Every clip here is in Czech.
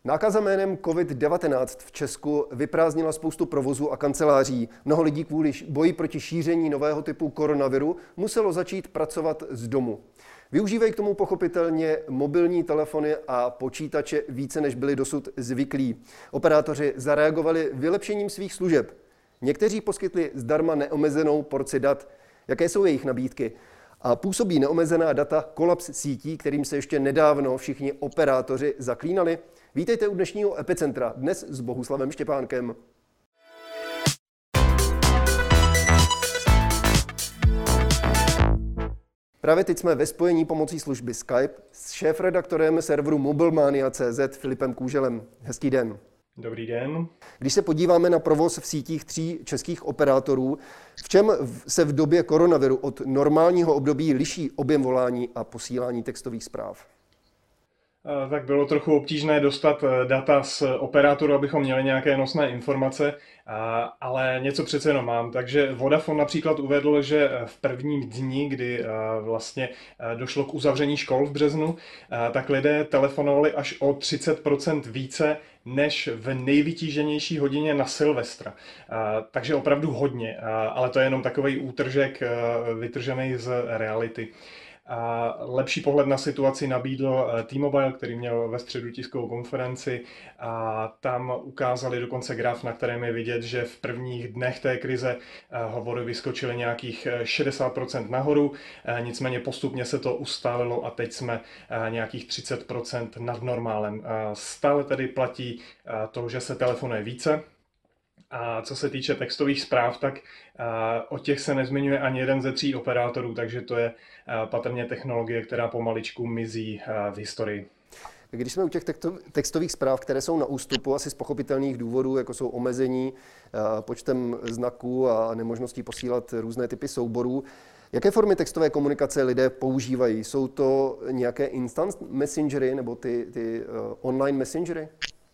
Nákaza jménem COVID-19 v Česku vyprázdnila spoustu provozů a kanceláří. Mnoho lidí kvůli boji proti šíření nového typu koronaviru muselo začít pracovat z domu. Využívají k tomu pochopitelně mobilní telefony a počítače více, než byli dosud zvyklí. Operátoři zareagovali vylepšením svých služeb. Někteří poskytli zdarma neomezenou porci dat. Jaké jsou jejich nabídky? A působí neomezená data kolaps sítí, kterým se ještě nedávno všichni operátoři zaklínali? Vítejte u dnešního Epicentra, dnes s Bohuslavem Štěpánkem. Právě teď jsme ve spojení pomocí služby Skype s šéfredaktorem serveru Mobilmania.cz Filipem Kůželem. Hezký den. Dobrý den. Když se podíváme na provoz v sítích 3 českých operátorů, v čem se v době koronaviru od normálního období liší objem volání a posílání textových zpráv? Tak bylo trochu obtížné dostat data z operátoru, abychom měli nějaké nosné informace, ale něco přece jenom mám. Takže Vodafone například uvedl, že v prvním dni, kdy vlastně došlo k uzavření škol v březnu, tak lidé telefonovali až o 30% více než v nejvytíženější hodině na Silvestra. Takže opravdu hodně, ale to je jenom takový útržek vytržený z reality. A lepší pohled na situaci nabídl T-Mobile, který měl ve středu tiskovou konferenci, a tam ukázali dokonce graf, na kterém je vidět, že v prvních dnech té krize hovory vyskočily nějakých 60% nahoru, nicméně postupně se to ustálilo a teď jsme nějakých 30% nad normálem. Stále tedy platí to, že se telefonuje více. A co se týče textových zpráv, tak o těch se nezmiňuje ani jeden ze 3 operátorů, takže to je patrně technologie, která pomaličku mizí v historii. Když jsme u těch textových zpráv, které jsou na ústupu asi z pochopitelných důvodů, jako jsou omezení počtem znaků a nemožností posílat různé typy souborů, jaké formy textové komunikace lidé používají? Jsou to nějaké instant messengery nebo ty online messengery?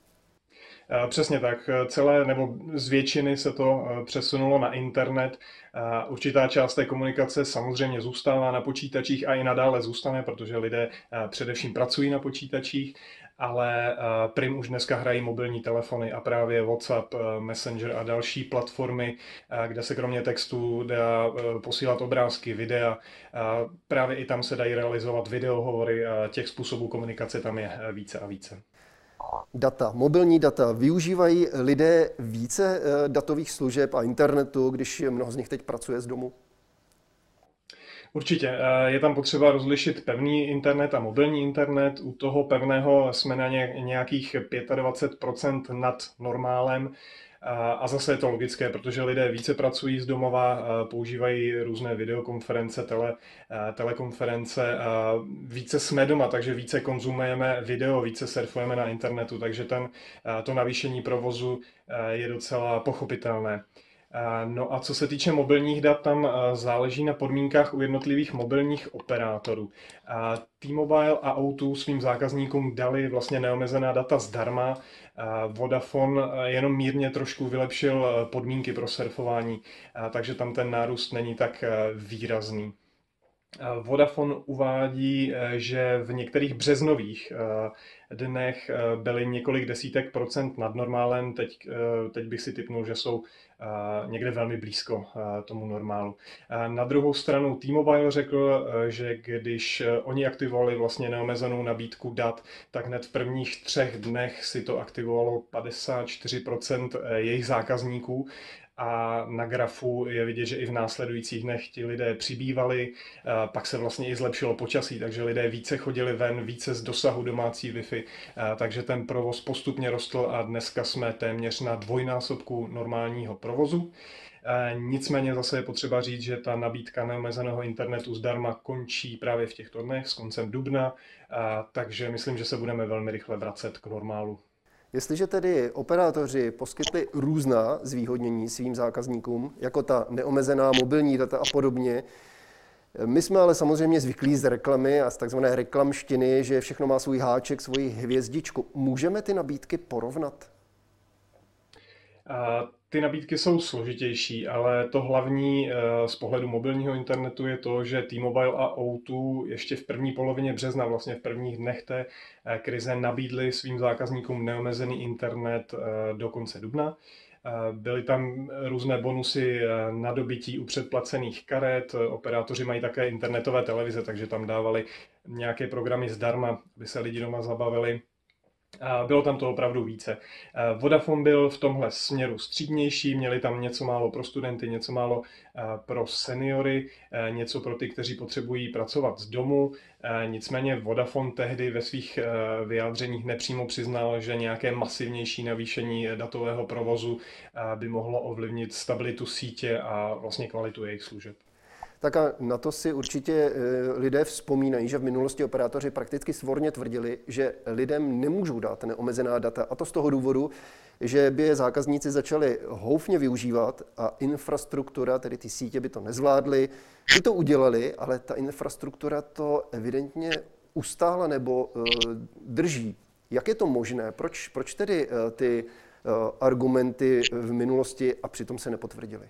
Přesně tak. Nebo z většiny se to přesunulo na internet. Určitá část té komunikace samozřejmě zůstává na počítačích a i nadále zůstane, protože lidé především pracují na počítačích, ale prim už dneska hrají mobilní telefony a právě WhatsApp, Messenger a další platformy, kde se kromě textu dá posílat obrázky, videa. Právě i tam se dají realizovat videohovory a těch způsobů komunikace tam je více a více. Data, mobilní data. Využívají lidé více datových služeb a internetu, když mnoho z nich teď pracuje z domu? Určitě. Je tam potřeba rozlišit pevný internet a mobilní internet. U toho pevného jsme na nějakých 25% nad normálem. A zase je to logické, protože lidé více pracují z domova, používají různé videokonference, telekonference, více jsme doma, takže více konzumujeme video, více surfujeme na internetu, takže to navýšení provozu je docela pochopitelné. No a co se týče mobilních dat, tam záleží na podmínkách u jednotlivých mobilních operátorů. T-Mobile a O2 svým zákazníkům dali vlastně neomezená data zdarma. Vodafone jenom mírně trošku vylepšil podmínky pro surfování, takže tam ten nárůst není tak výrazný. Vodafone uvádí, že v některých březnových dnech byly několik desítek procent nad normálem, teď bych si tipnul, že jsou někde velmi blízko tomu normálu. Na druhou stranu T-Mobile řekl, že když oni aktivovali vlastně neomezenou nabídku dat, tak hned v prvních 3 dnech si to aktivovalo 54% jejich zákazníků. A na grafu je vidět, že i v následujících dnech ti lidé přibývali, pak se vlastně i zlepšilo počasí, takže lidé více chodili ven, více z dosahu domácí Wi-Fi, takže ten provoz postupně rostl a dneska jsme téměř na dvojnásobku normálního provozu. Nicméně zase je potřeba říct, že ta nabídka neomezeného internetu zdarma končí právě v těchto dnech s koncem dubna, takže myslím, že se budeme velmi rychle vracet k normálu. Jestliže tedy operátoři poskytli různá zvýhodnění svým zákazníkům, jako ta neomezená mobilní data a podobně, my jsme ale samozřejmě zvyklí z reklamy a z takzvané reklamštiny, že všechno má svůj háček, svoji hvězdičku. Můžeme ty nabídky porovnat? Ty nabídky jsou složitější, ale to hlavní z pohledu mobilního internetu je to, že T-Mobile a O2 ještě v první polovině března, vlastně v prvních dnech té krize, nabídli svým zákazníkům neomezený internet do konce dubna. Byly tam různé bonusy na dobytí u předplacených karet, operátoři mají také internetové televize, takže tam dávali nějaké programy zdarma, aby se lidi doma zabavili. Bylo tam to opravdu více. Vodafone byl v tomhle směru střídnější, měli tam něco málo pro studenty, něco málo pro seniory, něco pro ty, kteří potřebují pracovat z domu. Nicméně Vodafone tehdy ve svých vyjádřeních nepřímo přiznal, že nějaké masivnější navýšení datového provozu by mohlo ovlivnit stabilitu sítě a vlastně kvalitu jejich služeb. Tak a na to si určitě lidé vzpomínají, že v minulosti operátoři prakticky svorně tvrdili, že lidem nemůžou dát neomezená data. A to z toho důvodu, že by je zákazníci začali houfně využívat a infrastruktura, tedy ty sítě, by to nezvládly. By to udělali, ale ta infrastruktura to evidentně ustála nebo drží. Jak je to možné? Proč tedy ty argumenty v minulosti a přitom se nepotvrdily?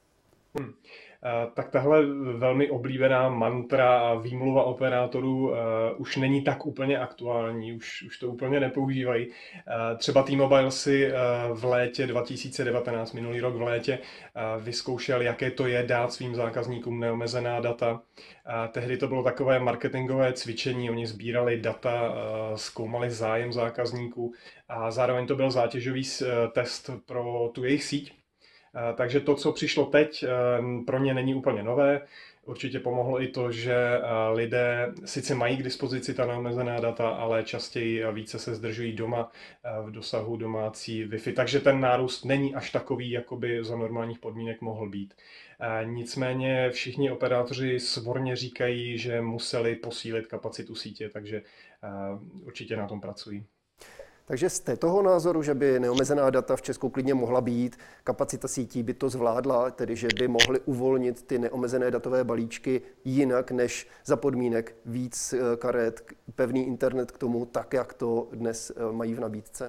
Tak tahle velmi oblíbená mantra a výmluva operátorů už není tak úplně aktuální, už to úplně nepoužívají. Třeba T-Mobile si v létě 2019, minulý rok v létě, vyzkoušel, jaké to je dát svým zákazníkům neomezená data. Tehdy to bylo takové marketingové cvičení, oni sbírali data, zkoumali zájem zákazníků a zároveň to byl zátěžový test pro tu jejich síť. Takže to, co přišlo teď, pro ně není úplně nové. Určitě pomohlo i to, že lidé sice mají k dispozici ta neomezená data, ale častěji a více se zdržují doma v dosahu domácí Wi-Fi. Takže ten nárůst není až takový, jako by za normálních podmínek mohl být. Nicméně všichni operátoři svorně říkají, že museli posílit kapacitu sítě, takže určitě na tom pracují. Takže jste toho názoru, že by neomezená data v Česku klidně mohla být, kapacita sítí by to zvládla, tedy že by mohly uvolnit ty neomezené datové balíčky jinak než za podmínek víc karet, pevný internet k tomu, tak jak to dnes mají v nabídce?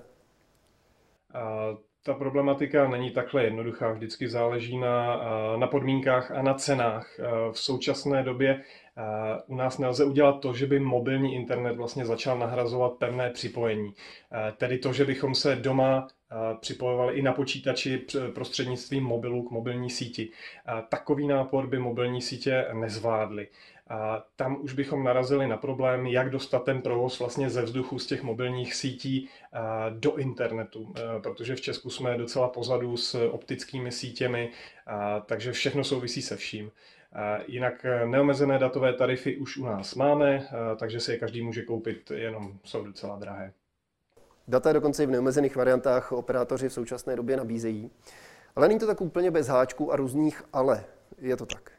Ta problematika není takhle jednoduchá, vždycky záleží na podmínkách a na cenách. V současné době u nás nelze udělat to, že by mobilní internet vlastně začal nahrazovat pevné připojení. Tedy to, že bychom se doma připojovali i na počítači prostřednictvím mobilu k mobilní síti. Takový nápor by mobilní sítě nezvládly. Tam už bychom narazili na problém, jak dostat ten provoz vlastně ze vzduchu z těch mobilních sítí do internetu, protože v Česku jsme docela pozadu s optickými sítěmi, takže všechno souvisí se vším. Jinak neomezené datové tarify už u nás máme, takže si je každý může koupit, jenom jsou docela drahé. Data dokonce i v neomezených variantách operátoři v současné době nabízejí. Ale není to tak úplně bez háčků a různých ale. Je to tak?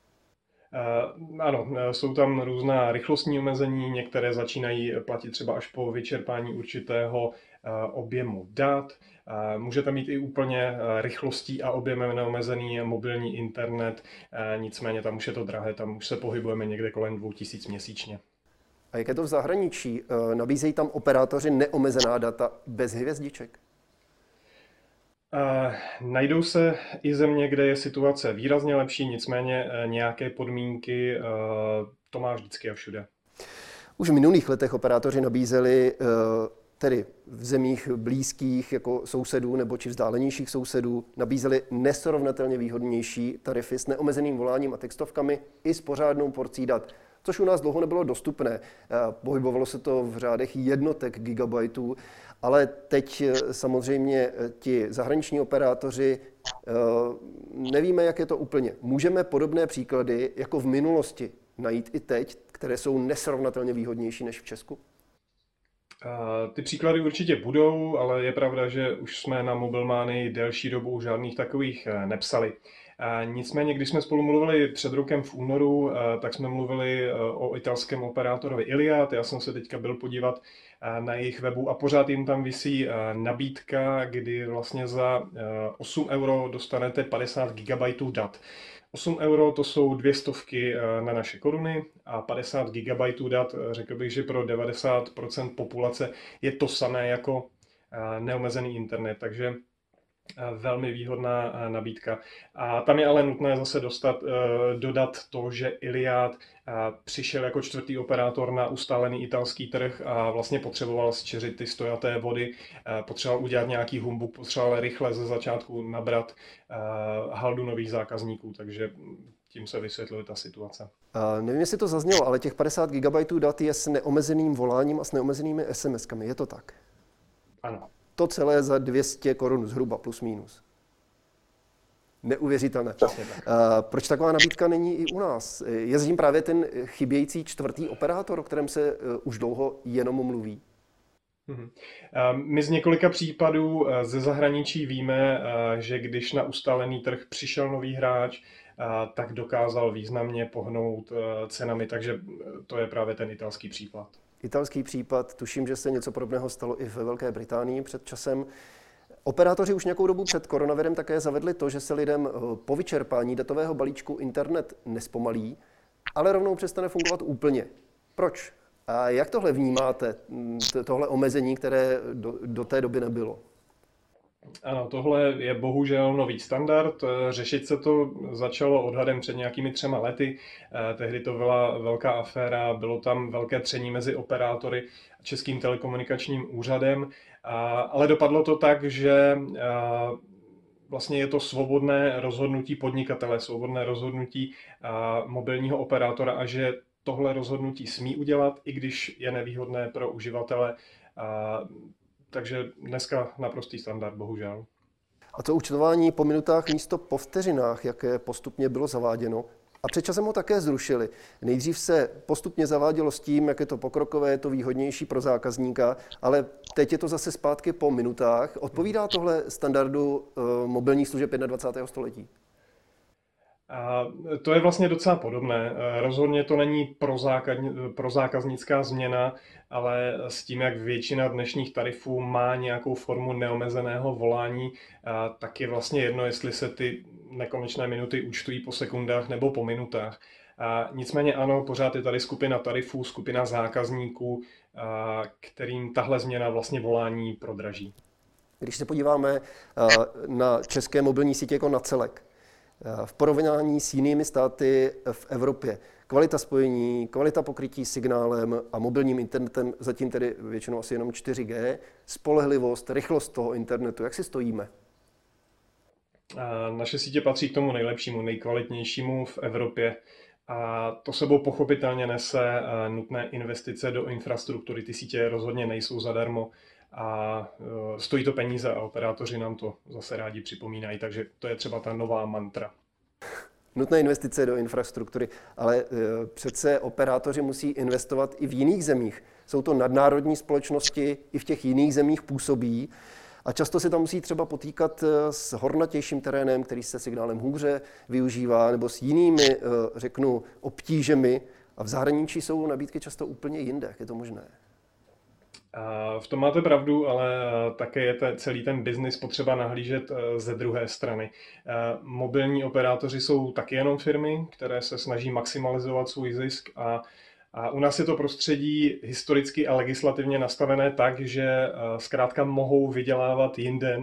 Ano, jsou tam různá rychlostní omezení, některé začínají platit třeba až po vyčerpání určitého objemu dat. Můžete mít i úplně rychlostí a objemem neomezený mobilní internet, nicméně tam už je to drahé, tam už se pohybujeme někde kolem 2000 měsíčně. A jak je to v zahraničí? Nabízejí tam operátoři neomezená data bez hvězdiček? Najdou se i země, kde je situace výrazně lepší, nicméně nějaké podmínky to má vždycky a všude. Už v minulých letech operátoři nabízeli tedy v zemích blízkých jako sousedů nebo či vzdálenějších sousedů, nabízeli nesrovnatelně výhodnější tarify s neomezeným voláním a textovkami i s pořádnou porcí dat, což u nás dlouho nebylo dostupné. Pohybovalo se to v řádech jednotek gigabajtů, ale teď samozřejmě ti zahraniční operátoři, nevíme, jak je to úplně. Můžeme podobné příklady jako v minulosti najít i teď, které jsou nesrovnatelně výhodnější než v Česku? Ty příklady určitě budou, ale je pravda, že už jsme na Mobilmanii delší dobu žádných takových nepsali. Nicméně, když jsme spolu mluvili před rokem v únoru, tak jsme mluvili o italském operátorovi Iliad. Já jsem se teďka byl podívat na jejich webu a pořád jim tam visí nabídka, kdy vlastně za 8 euro dostanete 50 GB dat. 8 euro to jsou 200 na naše koruny a 50 GB dat, řekl bych, že pro 90% populace je to samé jako neomezený internet, takže velmi výhodná nabídka. A tam je ale nutné zase dodat to, že Iliad přišel jako čtvrtý operátor na ustálený italský trh a vlastně potřeboval zčeřit ty stojaté vody, potřeboval udělat nějaký humbuk, potřeboval rychle ze začátku nabrat haldu nových zákazníků, takže tím se vysvětluje ta situace. Nevím, jestli to zaznělo, ale těch 50 GB dat je s neomezeným voláním a s neomezenými SMS-kami. Je to tak? Ano. To celé za 200 korun zhruba, plus minus. Neuvěřitelné. Proč taková nabídka není i u nás? Je s tím právě ten chybějící čtvrtý operátor, o kterém se už dlouho jenom mluví? My z několika případů ze zahraničí víme, že když na ustálený trh přišel nový hráč, tak dokázal významně pohnout cenami, takže to je právě ten italský případ. Italský případ, tuším, že se něco podobného stalo i ve Velké Británii před časem. Operátoři už nějakou dobu před koronavirem také zavedli to, že se lidem po vyčerpání datového balíčku internet nespomalí, ale rovnou přestane fungovat úplně. Proč? A jak tohle vnímáte, tohle omezení, které do té doby nebylo? Ano, tohle je bohužel nový standard. Řešit se to začalo odhadem před nějakými 3 lety. Tehdy to byla velká aféra, bylo tam velké tření mezi operátory a Českým telekomunikačním úřadem, ale dopadlo to tak, že vlastně je to svobodné rozhodnutí podnikatele, svobodné rozhodnutí mobilního operátora a že tohle rozhodnutí smí udělat, i když je nevýhodné pro uživatele. Takže dneska naprostý standard, bohužel. A to účtování po minutách místo po vteřinách, jaké postupně bylo zaváděno, a před časem ho také zrušili. Nejdřív se postupně zavádělo s tím, jak je to pokrokové, je to výhodnější pro zákazníka, ale teď je to zase zpátky po minutách. Odpovídá tohle standardu mobilních služeb 21. století? A to je vlastně docela podobné. Rozhodně to není prozákaznická změna, ale s tím, jak většina dnešních tarifů má nějakou formu neomezeného volání, tak je vlastně jedno, jestli se ty nekonečné minuty účtují po sekundách nebo po minutách. Nicméně ano, pořád je tady skupina tarifů, skupina zákazníků, kterým tahle změna vlastně volání prodraží. Když se podíváme na české mobilní sítě jako na celek, v porovnání s jinými státy v Evropě, kvalita spojení, kvalita pokrytí signálem a mobilním internetem, zatím tedy většinou asi jenom 4G, spolehlivost, rychlost toho internetu, jak si stojíme? Naše sítě patří k tomu nejlepšímu, nejkvalitnějšímu v Evropě. A to sebou pochopitelně nese nutné investice do infrastruktury. Ty sítě rozhodně nejsou zadarmo a stojí to peníze a operátoři nám to zase rádi připomínají, takže to je třeba ta nová mantra. Nutné investice do infrastruktury, ale přece operátoři musí investovat i v jiných zemích. Jsou to nadnárodní společnosti, i v těch jiných zemích působí a často se tam musí třeba potýkat s hornatějším terénem, který se signálem hůře využívá, nebo s jinými, řeknu, obtížemi. A v zahraničí jsou nabídky často úplně jinde. Jak je to možné? V tom máte pravdu, ale také je celý ten biznis potřeba nahlížet ze druhé strany. Mobilní operátoři jsou taky jenom firmy, které se snaží maximalizovat svůj zisk a u nás je to prostředí historicky a legislativně nastavené tak, že zkrátka mohou vydělávat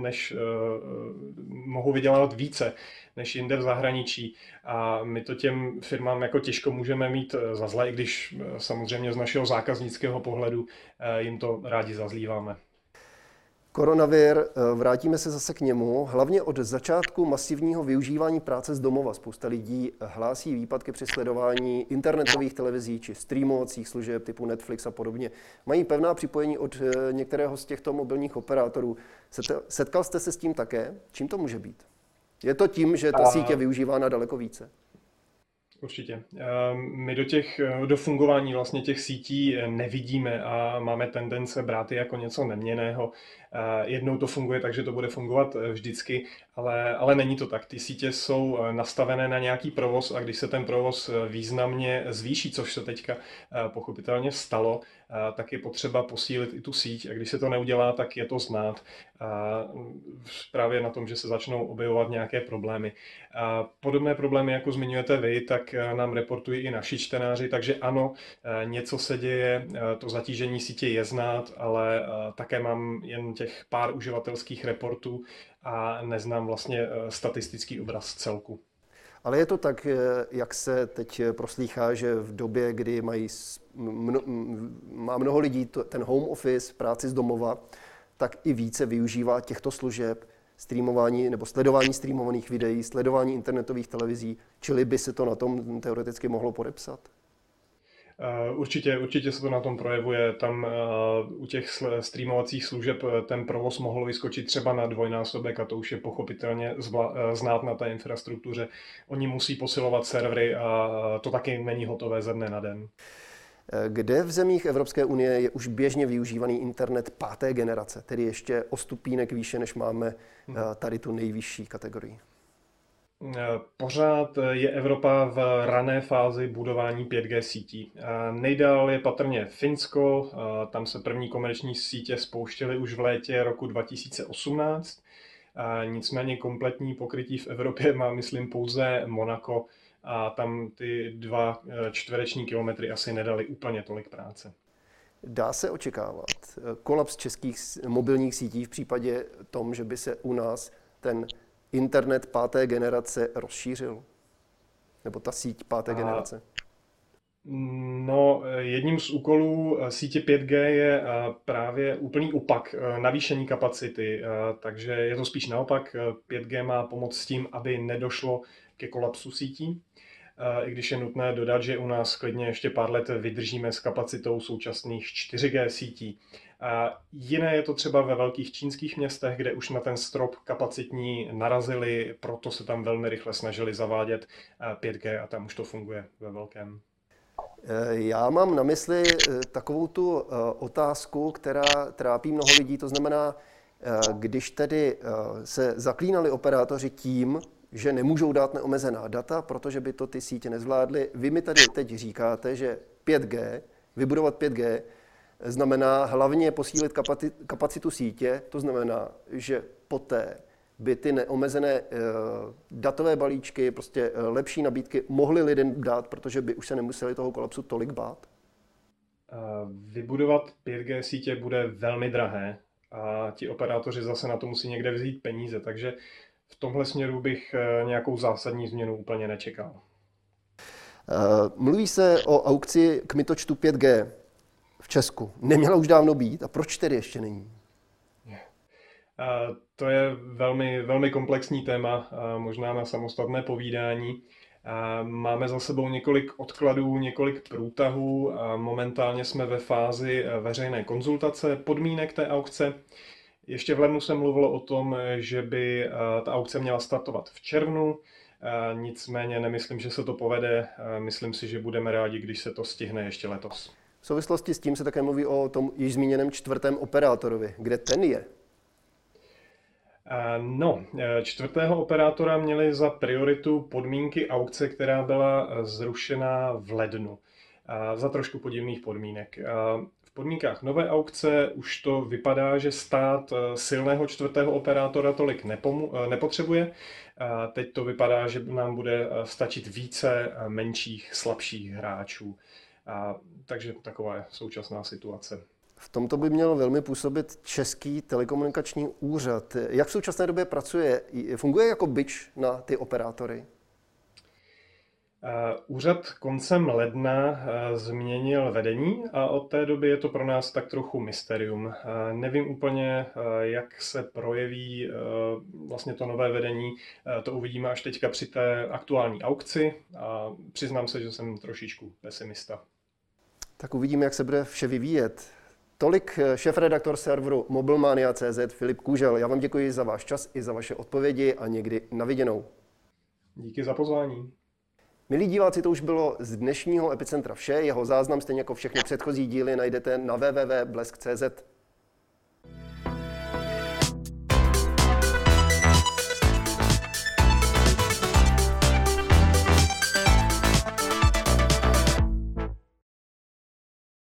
mohou vydělávat více než jinde v zahraničí. A my to těm firmám jako těžko můžeme mít za zlé, i když samozřejmě z našeho zákaznického pohledu jim to rádi zazlíváme. Koronavir, vrátíme se zase k němu. Hlavně od začátku masivního využívání práce z domova spousta lidí hlásí výpadky při sledování internetových televizí či streamovacích služeb typu Netflix a podobně. Mají pevná připojení od některého z těchto mobilních operátorů. Setkal jste se s tím také? Čím to může být? Je to tím, že ta síť je využívána daleko více? Určitě. My do fungování vlastně těch sítí nevidíme a máme tendence brát je jako něco neměnného. Jednou to funguje, takže to bude fungovat vždycky, ale není to tak. Ty sítě jsou nastavené na nějaký provoz a když se ten provoz významně zvýší, což se teďka pochopitelně stalo, tak je potřeba posílit i tu síť a když se to neudělá, tak je to znát. Právě na tom, že se začnou objevovat nějaké problémy. Podobné problémy, jako zmiňujete vy, tak nám reportují i naši čtenáři, takže ano, něco se děje, to zatížení sítě je znát, ale také mám jen těch pár uživatelských reportů a neznám vlastně statistický obraz celku. Ale je to tak, jak se teď proslýchá, že v době, kdy má mnoho lidí ten home office, práci z domova, tak i více využívá těchto služeb, streamování nebo sledování streamovaných videí, sledování internetových televizí, čili by se to na tom teoreticky mohlo podepsat? Určitě se to na tom projevuje. Tam u těch streamovacích služeb ten provoz mohl vyskočit třeba na dvojnásobek a to už je pochopitelně znát na té infrastruktuře. Oni musí posilovat servery a to taky není hotové ze dne na den. Kde v zemích Evropské unie je už běžně využívaný internet 5. generace, tedy ještě o stupínek výše, než máme tady tu nejvyšší kategorii? Pořád je Evropa v rané fázi budování 5G sítí. Nejdál je patrně Finsko, tam se první komerční sítě spouštěly už v létě roku 2018. Nicméně kompletní pokrytí v Evropě má, myslím, pouze Monako a tam ty 2 čtvereční kilometry asi nedali úplně tolik práce. Dá se očekávat kolaps českých mobilních sítí v případě tom, že by se u nás ten internet 5. generace rozšířil? Nebo ta síť 5. generace? No, jedním z úkolů sítě 5G je právě úplný opak, navýšení kapacity, takže je to spíš naopak. 5G má pomoct s tím, aby nedošlo ke kolapsu sítí, i když je nutné dodat, že u nás klidně ještě pár let vydržíme s kapacitou současných 4G sítí. Jiné je to třeba ve velkých čínských městech, kde už na ten strop kapacitní narazili, proto se tam velmi rychle snažili zavádět 5G a tam už to funguje ve velkém. Já mám na mysli takovou tu otázku, která trápí mnoho lidí, to znamená, když tedy se zaklínali operátoři tím, že nemůžou dát neomezená data, protože by to ty sítě nezvládly. Vy mi tady teď říkáte, že 5G, vybudovat 5G, znamená hlavně posílit kapacitu sítě, to znamená, že poté by ty neomezené datové balíčky, prostě lepší nabídky mohly lidem dát, protože by už se nemuseli toho kolapsu tolik bát? Vybudovat 5G sítě bude velmi drahé a ti operátoři zase na to musí někde vzít peníze, takže v tomhle směru bych nějakou zásadní změnu úplně nečekal. Mluví se o aukci kmitočtu 5G v Česku. Neměla už dávno být a proč tedy ještě není? To je velmi komplexní téma, možná na samostatné povídání. Máme za sebou několik odkladů, několik průtahů a momentálně jsme ve fázi veřejné konzultace podmínek té aukce. Ještě v lednu se mluvilo o tom, že by ta aukce měla startovat v červnu, nicméně nemyslím, že se to povede. Myslím si, že budeme rádi, když se to stihne ještě letos. V souvislosti s tím se také mluví o tom již zmíněném 4. operátorovi. Kde ten je? No, 4. operátora měli za prioritu podmínky aukce, která byla zrušena v lednu. Za trošku podivných podmínek. V podmínkách nové aukce už to vypadá, že stát silného 4. operátora tolik nepotřebuje. Teď to vypadá, že nám bude stačit více menších, slabších hráčů. Takže taková je současná situace. V tomto by měl velmi působit Český telekomunikační úřad. Jak v současné době pracuje? Funguje jako bič na ty operátory? Úřad koncem ledna změnil vedení a od té doby je to pro nás tak trochu mysterium. Nevím úplně, jak se projeví vlastně to nové vedení. To uvidíme až teďka při té aktuální aukci a přiznám se, že jsem trošičku pesimista. Tak uvidíme, jak se bude vše vyvíjet. Tolik šéfredaktor serveru Mobilmania.cz Filip Kůžel. Já vám děkuji za váš čas i za vaše odpovědi a někdy na viděnou. Díky za pozvání. Milí diváci, to už bylo z dnešního Epicentra vše. Jeho záznam, stejně jako všechny předchozí díly, najdete na www.blesk.cz.